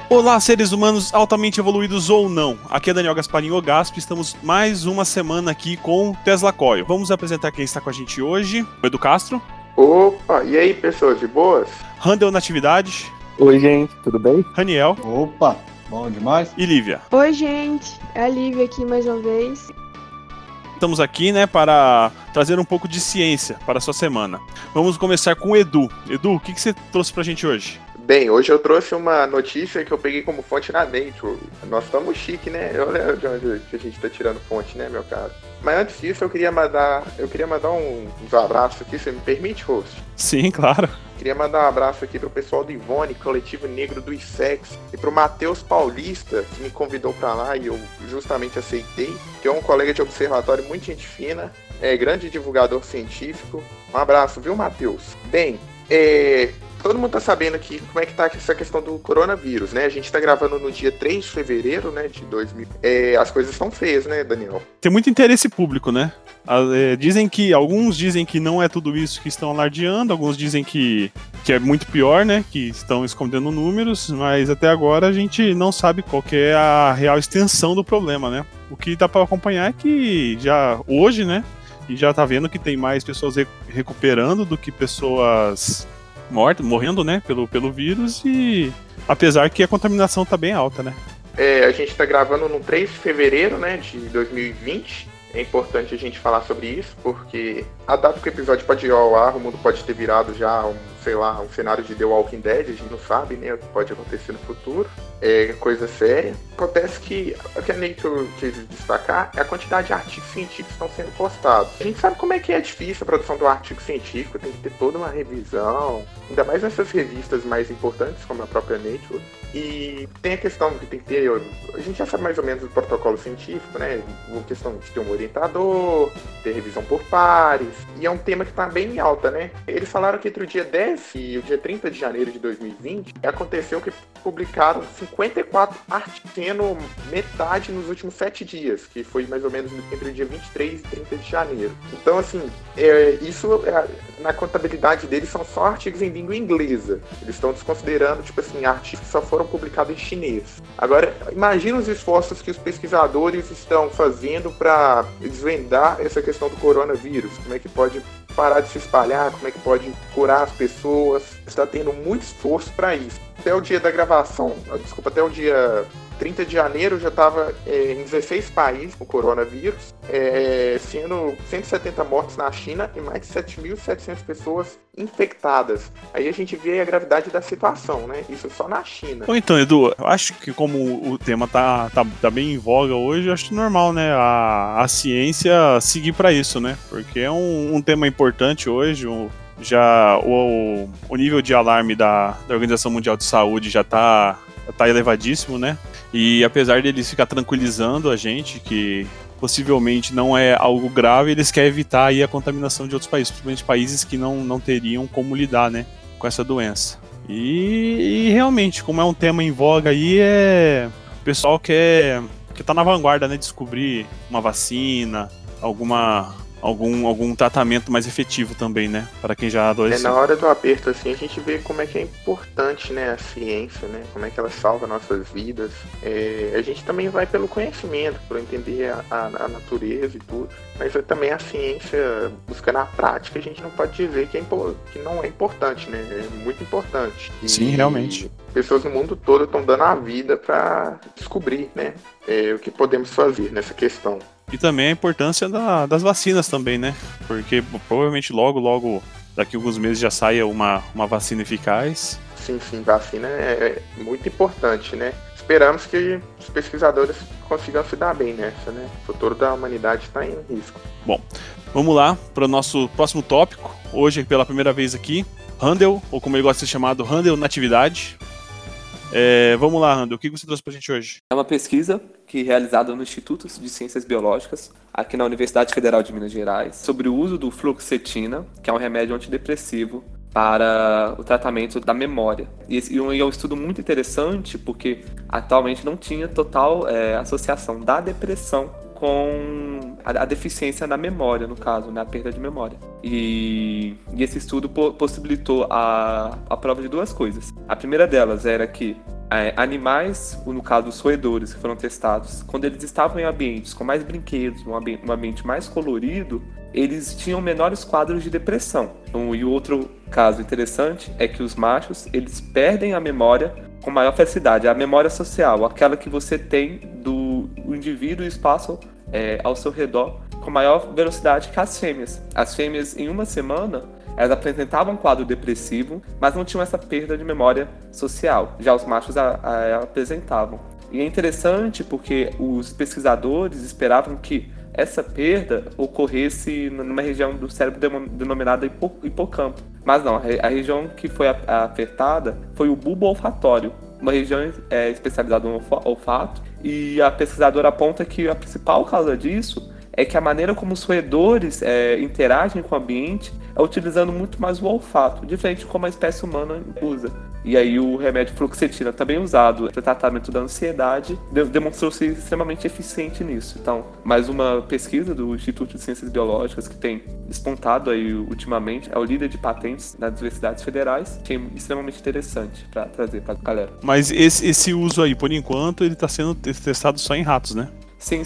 Olá, seres humanos altamente evoluídos ou não. Aqui é Daniel Gasparinho, o Gasp. Estamos mais uma semana aqui com Tesla Coil. Vamos apresentar quem está com a gente hoje. O Edu Castro. Opa, e aí, pessoas de boas? Randall Natividade. Oi, gente, tudo bem? Raniel. Opa, bom demais. E Lívia. Oi, gente. É a Lívia aqui mais uma vez. Estamos aqui, para trazer um pouco de ciência para a sua semana. Vamos começar com o Edu. Edu, o que você trouxe pra gente hoje? Bem, hoje eu trouxe uma notícia que eu peguei como fonte na Nature. Nós estamos chique, né? Olha de onde que a gente tá tirando fonte, né, meu caro? Mas antes disso, eu queria mandar uns abraços aqui, você me permite, host? Sim, claro. Queria mandar um abraço aqui pro pessoal do Ivone, Coletivo Negro do ISEX, e pro Matheus Paulista, que me convidou pra lá e eu justamente aceitei, que é um colega de observatório muito gente fina, grande divulgador científico. Um abraço, viu, Matheus? Bem, todo mundo tá sabendo aqui como é que tá essa questão do coronavírus, né? A gente tá gravando no dia 3 de fevereiro, né, de 2000. As coisas estão feias, né, Daniel? Tem muito interesse público, né? Alguns dizem que não é tudo isso que estão alardeando, alguns dizem que é muito pior, né? Que estão escondendo números, mas até agora a gente não sabe qual que é a real extensão do problema, né? O que dá para acompanhar é que já hoje, né? E já tá vendo que tem mais pessoas recuperando do que pessoas morrendo, né, pelo vírus, e apesar que a contaminação tá bem alta, né? A gente tá gravando no 3 de fevereiro, né, de 2020. É importante a gente falar sobre isso, porque a data que o episódio pode ir ao ar, o mundo pode ter virado já um cenário de The Walking Dead, a gente não sabe, né, o que pode acontecer no futuro. É coisa séria. Acontece que o que a Nature quis destacar é a quantidade de artigos científicos que estão sendo postados. A gente sabe como é que é difícil a produção do artigo científico, tem que ter toda uma revisão, ainda mais nessas revistas mais importantes, como a própria Nature. E tem a questão que tem que ter, a gente já sabe mais ou menos o protocolo científico, né? A questão de ter um orientador, ter revisão por pares, e é um tema que está bem em alta, né? Eles falaram que entre o dia 10 e o dia 30 de janeiro de 2020, aconteceu que publicaram 54 artigos, sendo metade nos últimos 7 dias, que foi mais ou menos entre o dia 23 e 30 de janeiro. Então, assim, na contabilidade deles são só artigos em língua inglesa. Eles estão desconsiderando, artigos que só foram publicados em chinês. Agora, imagina os esforços que os pesquisadores estão fazendo para desvendar essa questão do coronavírus. Como é que pode parar de se espalhar, como é que pode curar as pessoas. Está tendo muito esforço para isso. Até o dia da gravação, até o dia 30 de janeiro já estava em 16 países com coronavírus, sendo 170 mortes na China e mais de 7.700 pessoas infectadas. Aí a gente vê a gravidade da situação, né? Isso só na China. Ou então, Edu, eu acho que como o tema tá bem em voga hoje, eu acho normal, né? A ciência seguir para isso, né? Porque é um tema importante hoje. O nível de alarme da Organização Mundial de Saúde já tá elevadíssimo, né? E apesar deles ficar tranquilizando a gente que possivelmente não é algo grave, eles querem evitar aí a contaminação de outros países, principalmente países que não teriam como lidar, né, com essa doença. E realmente, como é um tema em voga aí, o pessoal que tá na vanguarda, né, descobrir uma vacina, algum tratamento mais efetivo também, né? Para quem já adoeceu. Na hora do aperto, assim, a gente vê como é que é importante, né, a ciência, né? Como é que ela salva nossas vidas. A gente também vai pelo conhecimento, por entender a natureza e tudo. Mas também a ciência, buscando a prática, a gente não pode dizer que não é importante, né? É muito importante. Sim, realmente. Pessoas no mundo todo estão dando a vida para descobrir, né? O que podemos fazer nessa questão. E também a importância das vacinas também, né? Porque provavelmente logo, daqui a alguns meses já saia uma vacina eficaz. Sim, vacina é muito importante, né? Esperamos que os pesquisadores consigam se dar bem nessa, né? O futuro da humanidade está em risco. Bom, vamos lá para o nosso próximo tópico. Hoje, pela primeira vez aqui, Randall, ou como ele gosta de ser chamado, Randall Natividade. Vamos lá, Randall, o que você trouxe pra gente hoje? É uma pesquisa realizada no Instituto de Ciências Biológicas, aqui na Universidade Federal de Minas Gerais, sobre o uso do fluoxetina, que é um remédio antidepressivo para o tratamento da memória. E é um estudo muito interessante porque atualmente não tinha total associação da depressão com a deficiência na memória, no caso, né, a perda de memória. E esse estudo possibilitou a prova de duas coisas. A primeira delas era que animais, no caso os roedores que foram testados, quando eles estavam em ambientes com mais brinquedos, um ambiente mais colorido, eles tinham menores quadros de depressão. Então, e o outro caso interessante é que os machos, eles perdem a memória com maior facilidade, a memória social, aquela que você tem do indivíduo e espaço ao seu redor, com maior velocidade que as fêmeas. As fêmeas, em uma semana, elas apresentavam um quadro depressivo, mas não tinham essa perda de memória social. Já os machos apresentavam. E é interessante porque os pesquisadores esperavam que essa perda ocorresse numa região do cérebro denominada hipocampo. Mas não, a região que foi afetada foi o bulbo olfatório, uma região especializada no olfato, e a pesquisadora aponta que a principal causa disso é que a maneira como os roedores interagem com o ambiente é utilizando muito mais o olfato, diferente de como a espécie humana usa. E aí o remédio fluoxetina, também usado para tratamento da ansiedade, demonstrou-se extremamente eficiente nisso. Então, mais uma pesquisa do Instituto de Ciências Biológicas que tem despontado aí ultimamente, é o líder de patentes nas universidades federais, que é extremamente interessante para trazer para a galera. Mas esse uso aí, por enquanto, ele está sendo testado só em ratos, né? Sim.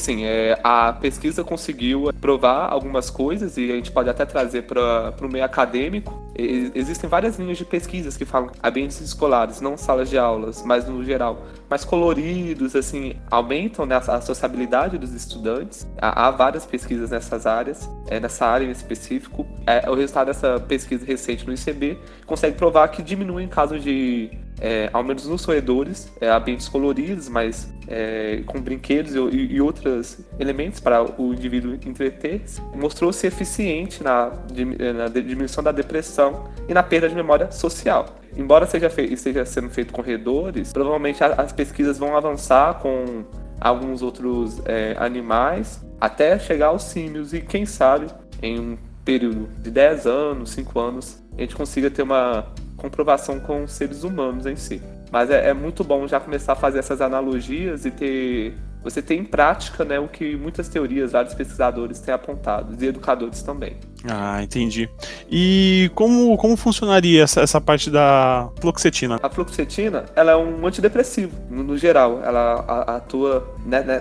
A pesquisa conseguiu provar algumas coisas e a gente pode até trazer para o meio acadêmico. Existem várias linhas de pesquisas que falam ambientes escolares, não salas de aulas, mas no geral, mais coloridos, assim, aumentam, né, a sociabilidade dos estudantes. Há várias pesquisas nessas áreas, nessa área em específico. O resultado dessa pesquisa recente no ICB consegue provar que diminui em casos de ao menos nos roedores, ambientes coloridos, mas com brinquedos e outros elementos para o indivíduo entreter, mostrou-se eficiente na diminuição da depressão e na perda de memória social. Embora esteja sendo feito com roedores, provavelmente as pesquisas vão avançar com alguns outros animais até chegar aos símios e, quem sabe, em um período de 10 anos, 5 anos, a gente consiga ter uma comprovação com os seres humanos em si. Mas é muito bom já começar a fazer essas analogias e você ter em prática, né, o que muitas teorias, vários pesquisadores têm apontado, e educadores também. Ah, entendi. E como funcionaria essa parte da fluoxetina? A fluoxetina, ela é um antidepressivo, no geral. Ela atua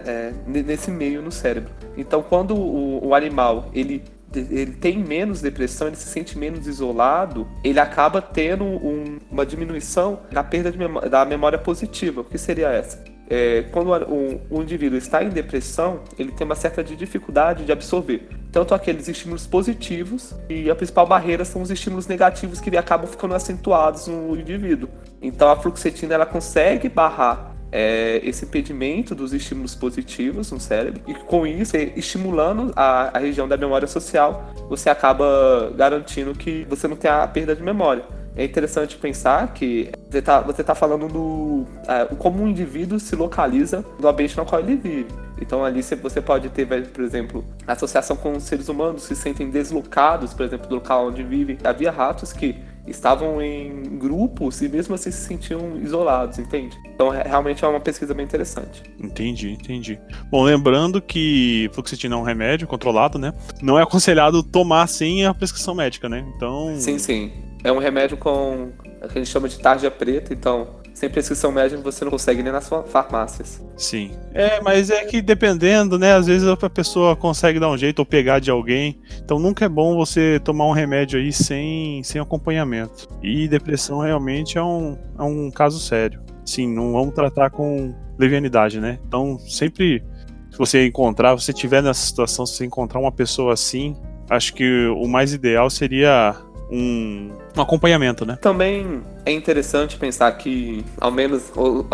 nesse meio no cérebro. Então, quando o animal, ele tem menos depressão, ele se sente menos isolado, ele acaba tendo uma diminuição na perda da memória positiva. O que seria essa? Quando o indivíduo está em depressão, ele tem uma certa dificuldade de absorver tanto aqueles estímulos positivos, e a principal barreira são os estímulos negativos que acabam ficando acentuados no indivíduo. Então a fluoxetina, ela consegue barrar esse impedimento dos estímulos positivos no cérebro, e com isso, estimulando a região da memória social, você acaba garantindo que você não tem a perda de memória. É interessante pensar que você tá falando como um indivíduo se localiza no ambiente no qual ele vive. Então ali você pode ter, por exemplo, associação com os seres humanos que se sentem deslocados, por exemplo, do local onde vivem. Havia ratos que estavam em grupos e mesmo assim se sentiam isolados, entende? Então realmente é uma pesquisa bem interessante. Entendi. Bom, lembrando que fluoxetina é um remédio controlado, né? Não é aconselhado tomar sem a prescrição médica, né? Então... Sim. É um remédio com o que a gente chama de tarja preta, então sem prescrição médica você não consegue nem nas farmácias. Sim. Mas é que dependendo, né? Às vezes a pessoa consegue dar um jeito ou pegar de alguém. Então nunca é bom você tomar um remédio aí sem acompanhamento. E depressão realmente é um caso sério. Sim, não vamos tratar com levianidade, né? Então sempre, se você tiver nessa situação, se você encontrar uma pessoa assim, acho que o mais ideal seria um acompanhamento, né? Também é interessante pensar que, ao menos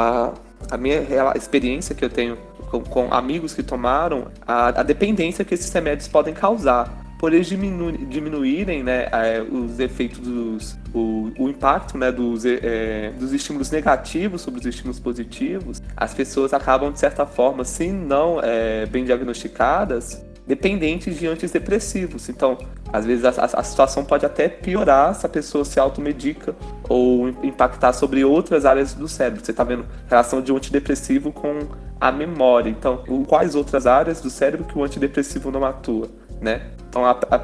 a minha experiência que eu tenho com amigos que tomaram, a dependência que esses remédios podem causar. Por eles diminuírem, né, os efeitos o impacto, né, dos estímulos negativos sobre os estímulos positivos, as pessoas acabam, de certa forma, se não bem diagnosticadas, dependentes de antidepressivos. Então, às vezes a situação pode até piorar se a pessoa se automedica ou impactar sobre outras áreas do cérebro. Você está vendo a relação de um antidepressivo com a memória. Então, quais outras áreas do cérebro que o antidepressivo não atua, né? Então,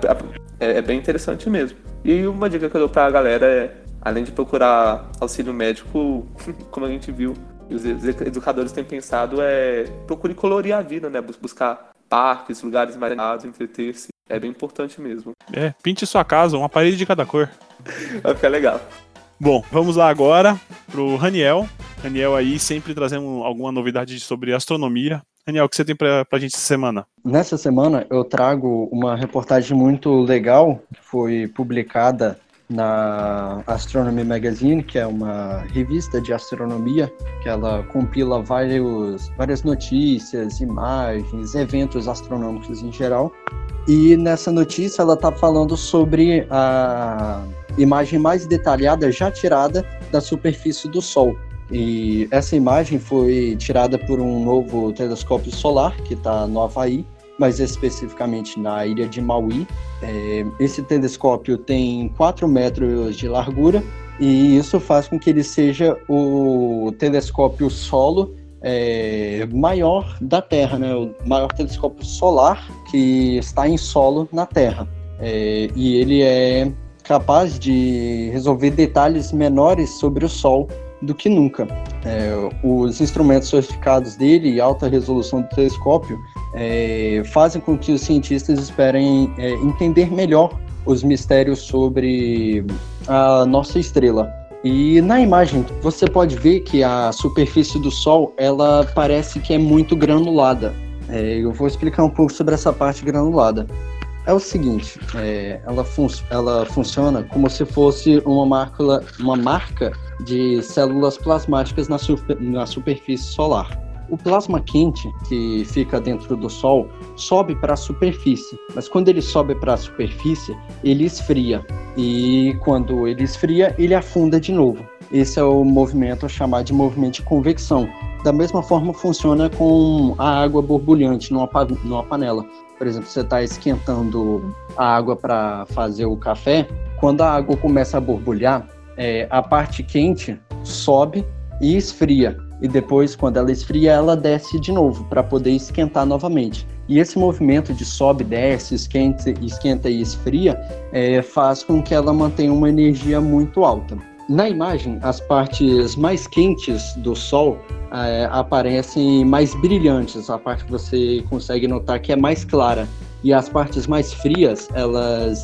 é bem interessante mesmo. E uma dica que eu dou para a galera além de procurar auxílio médico, como a gente viu, E os educadores têm pensado procure colorir a vida, né? Buscar parques, lugares mais animados, entreter-se. É bem importante mesmo. Pinte sua casa, uma parede de cada cor. Vai ficar legal. Bom, vamos lá agora pro Raniel. Raniel aí sempre trazendo alguma novidade sobre astronomia. Raniel, o que você tem pra gente essa semana? Nessa semana eu trago uma reportagem muito legal que foi publicada na Astronomy Magazine, que é uma revista de astronomia, que ela compila várias notícias, imagens, eventos astronômicos em geral. E nessa notícia ela está falando sobre a imagem mais detalhada já tirada da superfície do Sol. E essa imagem foi tirada por um novo telescópio solar que está no Havaí, mas especificamente na ilha de Maui. Esse telescópio tem 4 metros de largura e isso faz com que ele seja o telescópio solo maior da Terra, né? O maior telescópio solar que está em solo na Terra. E ele é capaz de resolver detalhes menores sobre o Sol do que nunca. Os instrumentos sofisticados dele e alta resolução do telescópio fazem com que os cientistas esperem entender melhor os mistérios sobre a nossa estrela. E na imagem você pode ver que a superfície do Sol ela parece que é muito granulada. Eu vou explicar um pouco sobre essa parte granulada. É o seguinte, ela funciona como se fosse uma marca de células plasmáticas na superfície solar. O plasma quente que fica dentro do Sol sobe para a superfície, mas quando ele sobe para a superfície, ele esfria. E quando ele esfria, ele afunda de novo. Esse é o movimento chamado de movimento de convecção. Da mesma forma funciona com a água borbulhante numa panela. Por exemplo, você está esquentando a água para fazer o café. Quando a água começa a borbulhar, a parte quente sobe e esfria. E depois, quando ela esfria, ela desce de novo para poder esquentar novamente. E esse movimento de sobe, desce, esquenta e esfria faz com que ela mantenha uma energia muito alta. Na imagem, as partes mais quentes do Sol aparecem mais brilhantes, a parte que você consegue notar que é mais clara. E as partes mais frias, elas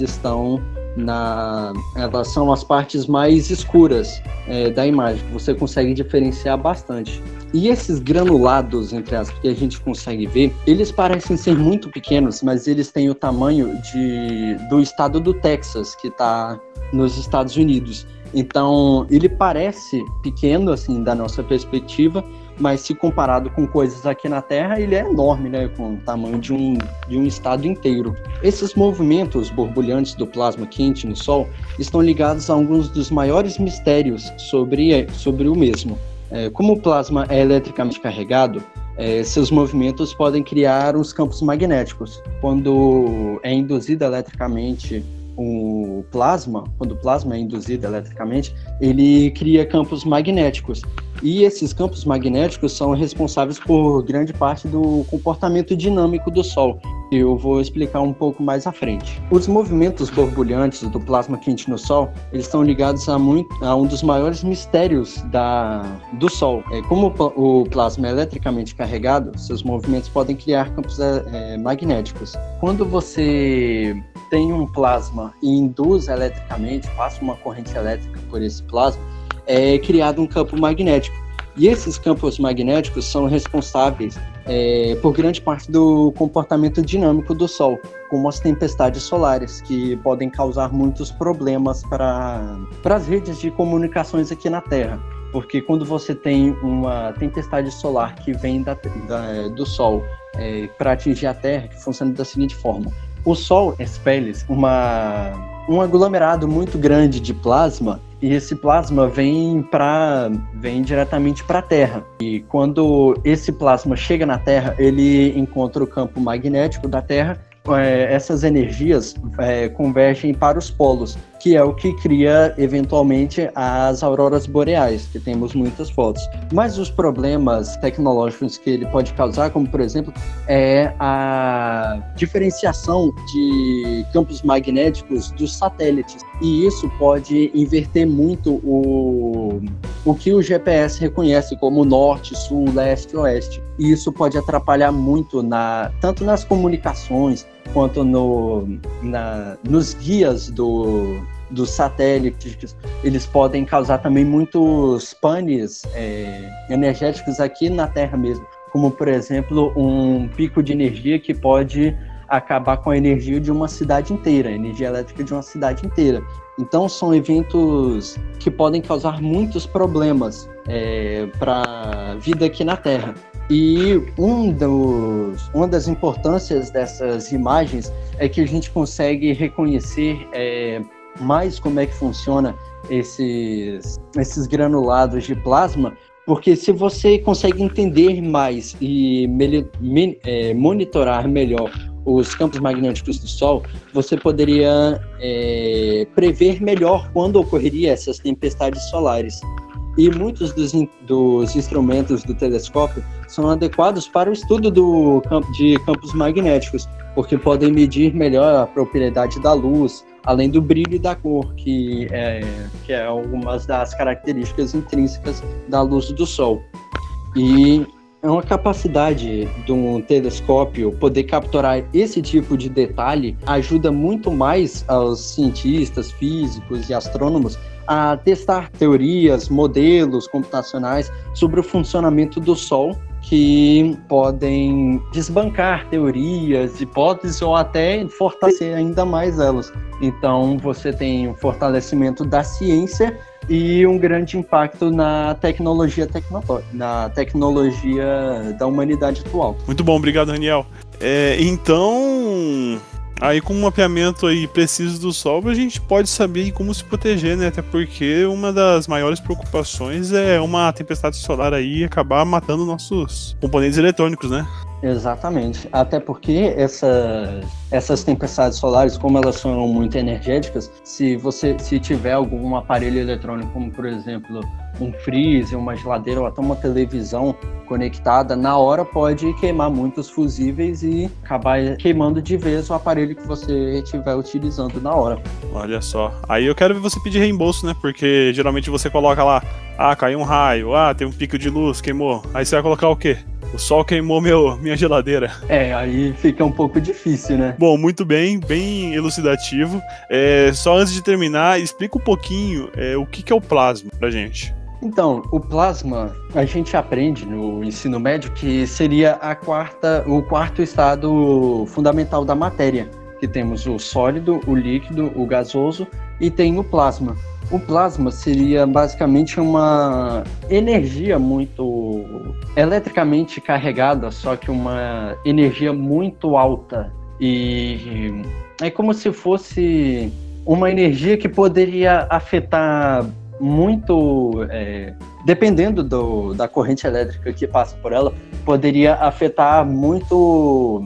são as partes mais escuras da imagem. Você consegue diferenciar bastante. E esses granulados, entre aspas, que a gente consegue ver, eles parecem ser muito pequenos, mas eles têm o tamanho do estado do Texas, que está nos Estados Unidos. Então, ele parece pequeno, assim, da nossa perspectiva, mas se comparado com coisas aqui na Terra, ele é enorme, né? Com o tamanho de um estado inteiro. Esses movimentos borbulhantes do plasma quente no Sol estão ligados a alguns dos maiores mistérios sobre o mesmo. Como o plasma é eletricamente carregado, seus movimentos podem criar uns campos magnéticos. Quando é induzido eletricamente quando o plasma é induzido eletricamente, ele cria campos magnéticos. E esses campos magnéticos são responsáveis por grande parte do comportamento dinâmico do Sol, que eu vou explicar um pouco mais à frente. Os movimentos borbulhantes do plasma quente no Sol, eles estão ligados a um dos maiores mistérios do Sol. Como o plasma é eletricamente carregado, seus movimentos podem criar campos magnéticos. Quando você tem um plasma e induz eletricamente, passa uma corrente elétrica por esse plasma, é criado um campo magnético. E esses campos magnéticos são responsáveis por grande parte do comportamento dinâmico do Sol, como as tempestades solares, que podem causar muitos problemas para as redes de comunicações aqui na Terra. Porque quando você tem uma tempestade solar que vem do Sol para atingir a Terra, que funciona da seguinte forma: o Sol expele um aglomerado muito grande de plasma, e esse plasma vem diretamente para a Terra. E quando esse plasma chega na Terra, ele encontra o campo magnético da Terra. Essas energias convergem para os polos, que é o que cria, eventualmente, as auroras boreais, que temos muitas fotos. Mas os problemas tecnológicos que ele pode causar, como, por exemplo, a diferenciação de campos magnéticos dos satélites. E isso pode inverter muito o o que o GPS reconhece como norte, sul, leste, oeste. E isso pode atrapalhar muito tanto nas comunicações quanto nos guias dos satélites. Eles podem causar também muitos panes energéticos aqui na Terra mesmo, como, por exemplo, um pico de energia que pode acabar com a energia de uma cidade inteira, a energia elétrica de uma cidade inteira. Então, são eventos que podem causar muitos problemas para a vida aqui na Terra. E uma das importâncias dessas imagens é que a gente consegue reconhecer mais como é que funciona esses granulados de plasma, porque se você consegue entender mais e monitorar melhor os campos magnéticos do Sol, você poderia prever melhor quando ocorreria essas tempestades solares. E muitos dos instrumentos do telescópio são adequados para o estudo de campos magnéticos, porque podem medir melhor a propriedade da luz, além do brilho e da cor, que é algumas das características intrínsecas da luz do Sol. E é uma capacidade de um telescópio poder capturar esse tipo de detalhe ajuda muito mais aos cientistas, físicos e astrônomos a testar teorias, modelos computacionais sobre o funcionamento do Sol, que podem desbancar teorias, hipóteses ou até fortalecer ainda mais elas. Então, você tem um fortalecimento da ciência e um grande impacto na tecnologia da humanidade atual. Muito bom, obrigado, Daniel. Então, aí com um mapeamento aí preciso do Sol, a gente pode saber como se proteger, né? Até porque uma das maiores preocupações é uma tempestade solar aí acabar matando nossos componentes eletrônicos, né? Exatamente, até porque essas tempestades solares, como elas são muito energéticas, se tiver algum aparelho eletrônico, como por exemplo um freezer, uma geladeira ou até uma televisão conectada, na hora pode queimar muitos fusíveis e acabar queimando de vez o aparelho que você estiver utilizando na hora. Olha só, aí eu quero ver você pedir reembolso, né? Porque geralmente você coloca lá, caiu um raio, tem um pico de luz, queimou. Aí você vai colocar o quê? O Sol queimou minha geladeira. Aí fica um pouco difícil, né? Bom, muito bem elucidativo. Só antes de terminar, explica um pouquinho o que é o plasma pra gente. Então, o plasma, a gente aprende no ensino médio que seria o quarto estado fundamental da matéria, que temos o sólido, o líquido, o gasoso e tem o plasma. O plasma seria basicamente uma energia muito eletricamente carregada, só que uma energia muito alta. E é como se fosse uma energia que poderia afetar muito, dependendo da corrente elétrica que passa por ela, poderia afetar muito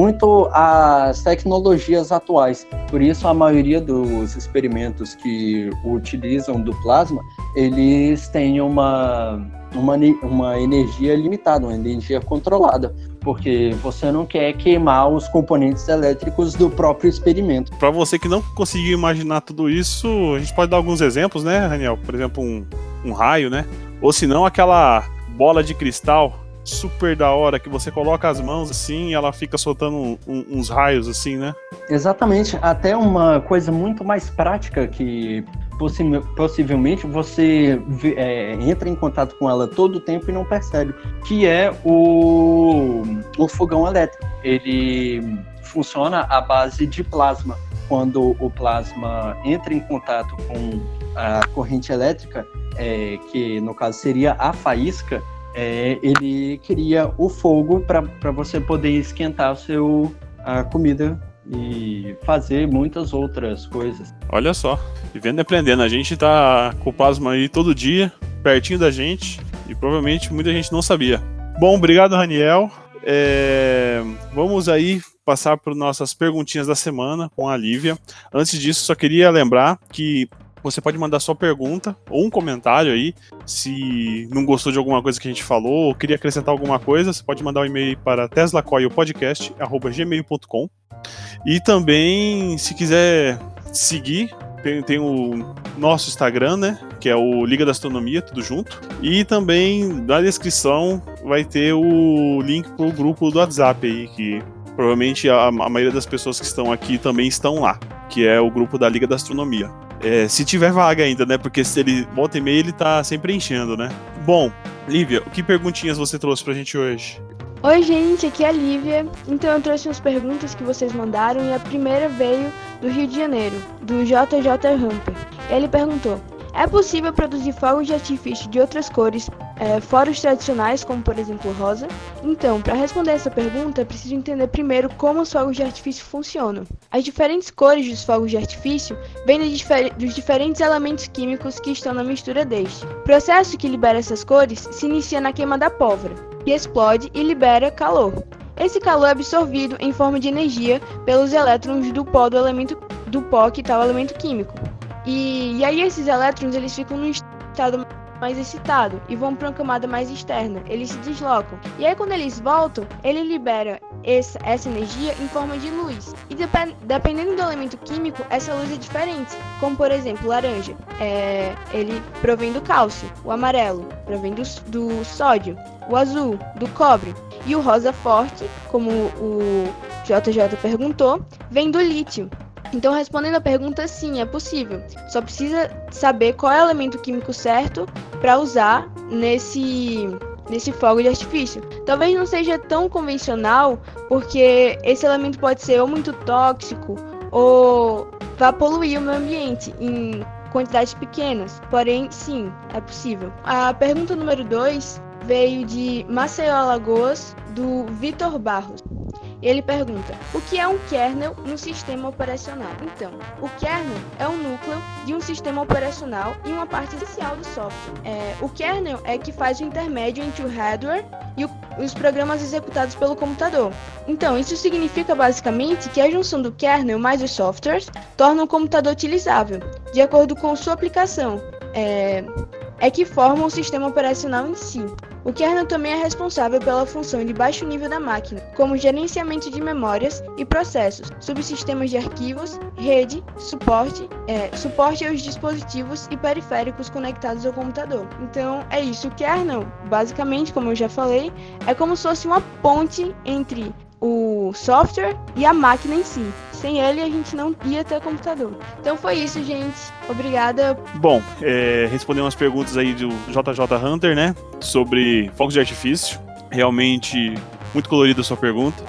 as tecnologias atuais. Por isso, a maioria dos experimentos que utilizam do plasma, eles têm uma energia limitada, uma energia controlada, porque você não quer queimar os componentes elétricos do próprio experimento. Para você que não conseguiu imaginar tudo isso, a gente pode dar alguns exemplos, né, Daniel? Por exemplo, um raio, né? Ou se não, aquela bola de cristal super da hora, que você coloca as mãos assim e ela fica soltando uns raios assim, né? Exatamente, até uma coisa muito mais prática que possivelmente você entra em contato com ela todo o tempo e não percebe, que é o fogão elétrico. Ele funciona à base de plasma. Quando o plasma entra em contato com a corrente elétrica, que no caso seria a faísca, ele cria o fogo para você poder esquentar a comida e fazer muitas outras coisas. Olha só, vivendo e aprendendo. A gente tá com o plasma aí todo dia, pertinho da gente, e provavelmente muita gente não sabia. Bom, obrigado, Daniel. Vamos aí passar por nossas perguntinhas da semana com a Lívia. Antes disso, só queria lembrar que você pode mandar sua pergunta ou um comentário aí. Se não gostou de alguma coisa que a gente falou ou queria acrescentar alguma coisa, você pode mandar um e-mail para teslacoilpodcast@gmail.com. E também, se quiser seguir tem o nosso Instagram, né? Que é o Liga da Astronomia, tudo junto. E também na descrição vai ter o link pro grupo do WhatsApp aí, que provavelmente a maioria das pessoas que estão aqui também estão lá, que é o grupo da Liga da Astronomia. Se tiver vaga ainda, né? Porque se ele volta e meia, ele tá sempre enchendo, né? Bom, Lívia, que perguntinhas você trouxe pra gente hoje? Oi, gente, aqui é a Lívia. Então eu trouxe umas perguntas que vocês mandaram e a primeira veio do Rio de Janeiro, do JJ Hamper. Ele perguntou: é possível produzir fogos de artifício de outras cores, fora os tradicionais, como por exemplo rosa? Então, para responder essa pergunta, é preciso entender primeiro como os fogos de artifício funcionam. As diferentes cores dos fogos de artifício vêm dos diferentes elementos químicos que estão na mistura deste. O processo que libera essas cores se inicia na queima da pólvora, que explode e libera calor. Esse calor é absorvido em forma de energia pelos elétrons do pó que está o elemento químico. E aí esses elétrons eles ficam no estado mais excitado e vão para uma camada mais externa, eles se deslocam. E aí quando eles voltam, ele libera essa energia em forma de luz. E dependendo do elemento químico, essa luz é diferente. Como por exemplo, o laranja, ele provém do cálcio, o amarelo provém do sódio, o azul do cobre. E o rosa forte, como o JJ perguntou, vem do lítio. Então, respondendo a pergunta, sim, é possível. Só precisa saber qual é o elemento químico certo para usar nesse fogo de artifício. Talvez não seja tão convencional, porque esse elemento pode ser ou muito tóxico ou vai poluir o meio ambiente em quantidades pequenas. Porém, sim, é possível. A pergunta número 2 veio de Maceió, Alagoas, do Vitor Barros. Ele pergunta: o que é um kernel no sistema operacional? Então, o kernel é o núcleo de um sistema operacional e uma parte essencial do software. O kernel é que faz o intermédio entre o hardware e os programas executados pelo computador. Então, isso significa basicamente que a junção do kernel mais os softwares torna o computador utilizável, de acordo com sua aplicação. É que formam o sistema operacional em si. O kernel também é responsável pela função de baixo nível da máquina, como gerenciamento de memórias e processos, subsistemas de arquivos, rede, suporte aos dispositivos e periféricos conectados ao computador. Então é isso, o kernel, basicamente, como eu já falei, é como se fosse uma ponte entre o software e a máquina em si. Sem ele, a gente não ia ter computador. Então foi isso, gente. Obrigada. Bom, respondendo umas perguntas aí do JJ Hunter, né? Sobre fogos de artifício. Realmente muito colorida a sua pergunta.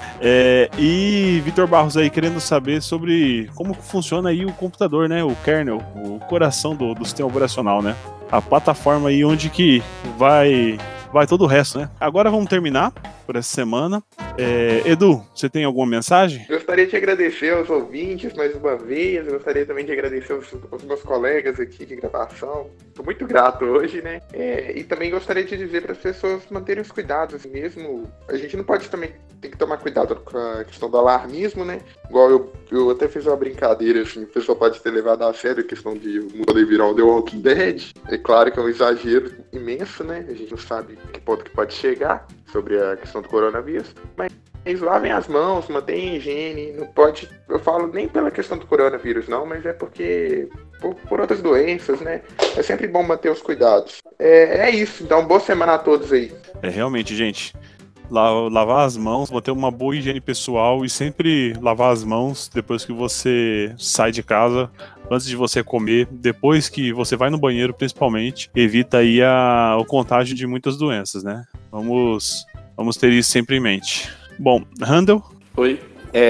E Vitor Barros aí querendo saber sobre como funciona aí o computador, né? O kernel, o coração do sistema operacional, né? A plataforma aí onde que vai todo o resto, né? Agora vamos terminar por essa semana. Edu, você tem alguma mensagem? Gostaria de agradecer aos ouvintes mais uma vez. Gostaria também de agradecer aos meus colegas aqui de gravação. Estou muito grato hoje, né? E também gostaria de dizer para as pessoas manterem os cuidados mesmo. A gente não pode também tem que tomar cuidado com a questão do alarmismo, né? Igual eu até fiz uma brincadeira, assim, o pessoal pode ter levado a sério a questão de poder virar um The Walking Dead. É claro que é um exagero imenso, né? A gente não sabe que ponto que pode chegar sobre a questão do coronavírus, mas lavem as mãos, mantenham higiene, não pode, eu falo nem pela questão do coronavírus não, mas é porque por outras doenças, né? É sempre bom manter os cuidados. É isso, então boa semana a todos aí. Realmente, gente, lavar as mãos, manter uma boa higiene pessoal e sempre lavar as mãos depois que você sai de casa, antes de você comer, depois que você vai no banheiro, principalmente, evita aí o contágio de muitas doenças, né? Vamos ter isso sempre em mente. Bom, Randall? Oi.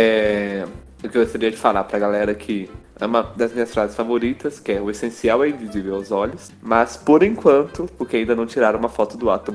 Eu gostaria de falar pra galera que é uma das minhas frases favoritas, que é: o essencial é invisível aos olhos, mas por enquanto, porque ainda não tiraram uma foto do átomo.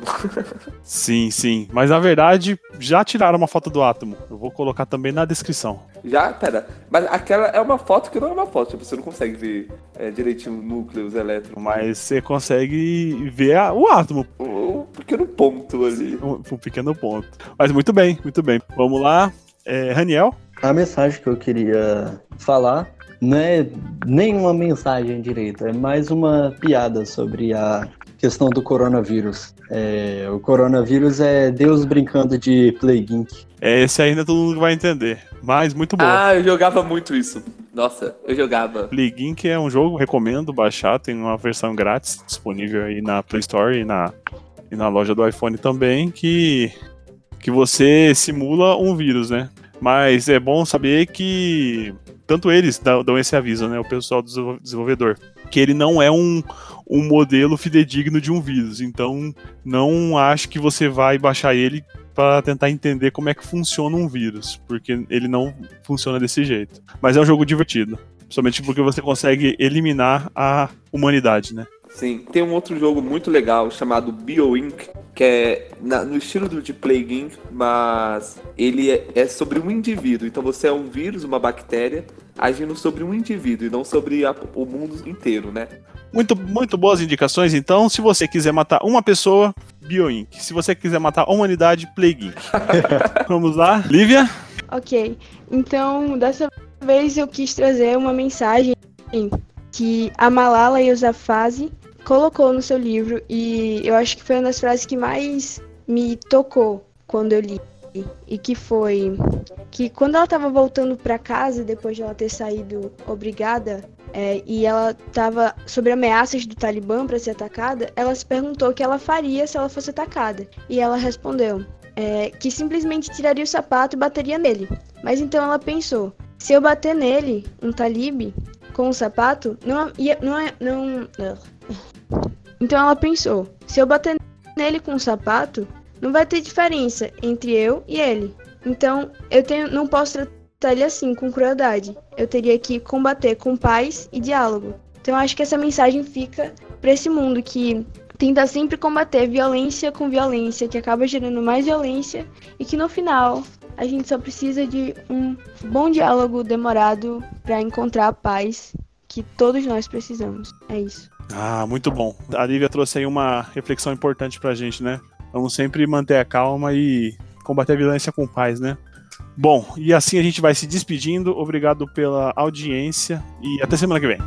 Sim, mas na verdade já tiraram uma foto do átomo. Eu vou colocar também na descrição. Pera, mas aquela é uma foto que não é uma foto, tipo, você não consegue ver direitinho o núcleo, os elétrons. Mas você consegue ver o átomo. Um pequeno ponto ali. Um pequeno ponto. Mas muito bem. Vamos lá, Raniel? A mensagem que eu queria falar não é nenhuma mensagem direita, é mais uma piada sobre a questão do coronavírus. O coronavírus é Deus brincando de Plague Inc. Esse ainda todo mundo vai entender, mas muito bom. Eu jogava muito isso. Nossa, eu jogava. Plague Inc. é um jogo, recomendo baixar, tem uma versão grátis disponível aí na Play Store e na loja do iPhone também, que você simula um vírus, né? Mas é bom saber que tanto eles dão esse aviso, né? O pessoal do desenvolvedor, que ele não é um modelo fidedigno de um vírus. Então, não acho que você vai baixar ele para tentar entender como é que funciona um vírus, porque ele não funciona desse jeito. Mas é um jogo divertido, somente porque você consegue eliminar a humanidade, né? Sim, tem um outro jogo muito legal chamado BioInc, que é no estilo de Plague Inc., mas ele é sobre um indivíduo. Então você é um vírus, uma bactéria, agindo sobre um indivíduo e não sobre o mundo inteiro, né? Muito boas indicações, então. Se você quiser matar uma pessoa, BioInc. Se você quiser matar a humanidade, Plague Inc. Vamos lá, Lívia? Ok, então dessa vez eu quis trazer uma mensagem que a Malala Yousafzai colocou no seu livro, e eu acho que foi uma das frases que mais me tocou quando eu li. E que foi que quando ela estava voltando para casa, depois de ela ter saído obrigada, e ela estava sob ameaças do Talibã para ser atacada, ela se perguntou o que ela faria se ela fosse atacada. E ela respondeu que simplesmente tiraria o sapato e bateria nele. Mas então ela pensou, se eu bater nele, um talib, com o sapato, Então ela pensou, se eu bater nele com o sapato, não vai ter diferença entre eu e ele. Então, não posso tratar ele assim, com crueldade. Eu teria que combater com paz e diálogo. Então, acho que essa mensagem fica para esse mundo que tenta sempre combater violência com violência, que acaba gerando mais violência, e que no final a gente só precisa de um bom diálogo demorado para encontrar a paz que todos nós precisamos. É isso. Ah, muito bom. A Lívia trouxe aí uma reflexão importante pra gente, né? Vamos sempre manter a calma e combater a violência com paz, né? Bom, e assim a gente vai se despedindo. Obrigado pela audiência e até semana que vem.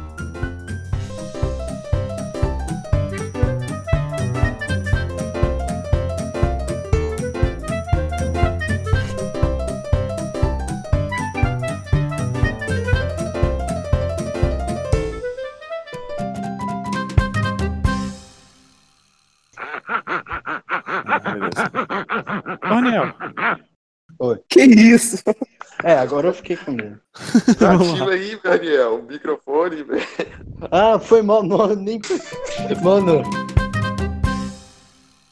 Daniel. Oi. Que isso? Agora eu fiquei com medo. Ativa aí, Daniel, o microfone, velho. Ah, foi mal, não, nem... Mano...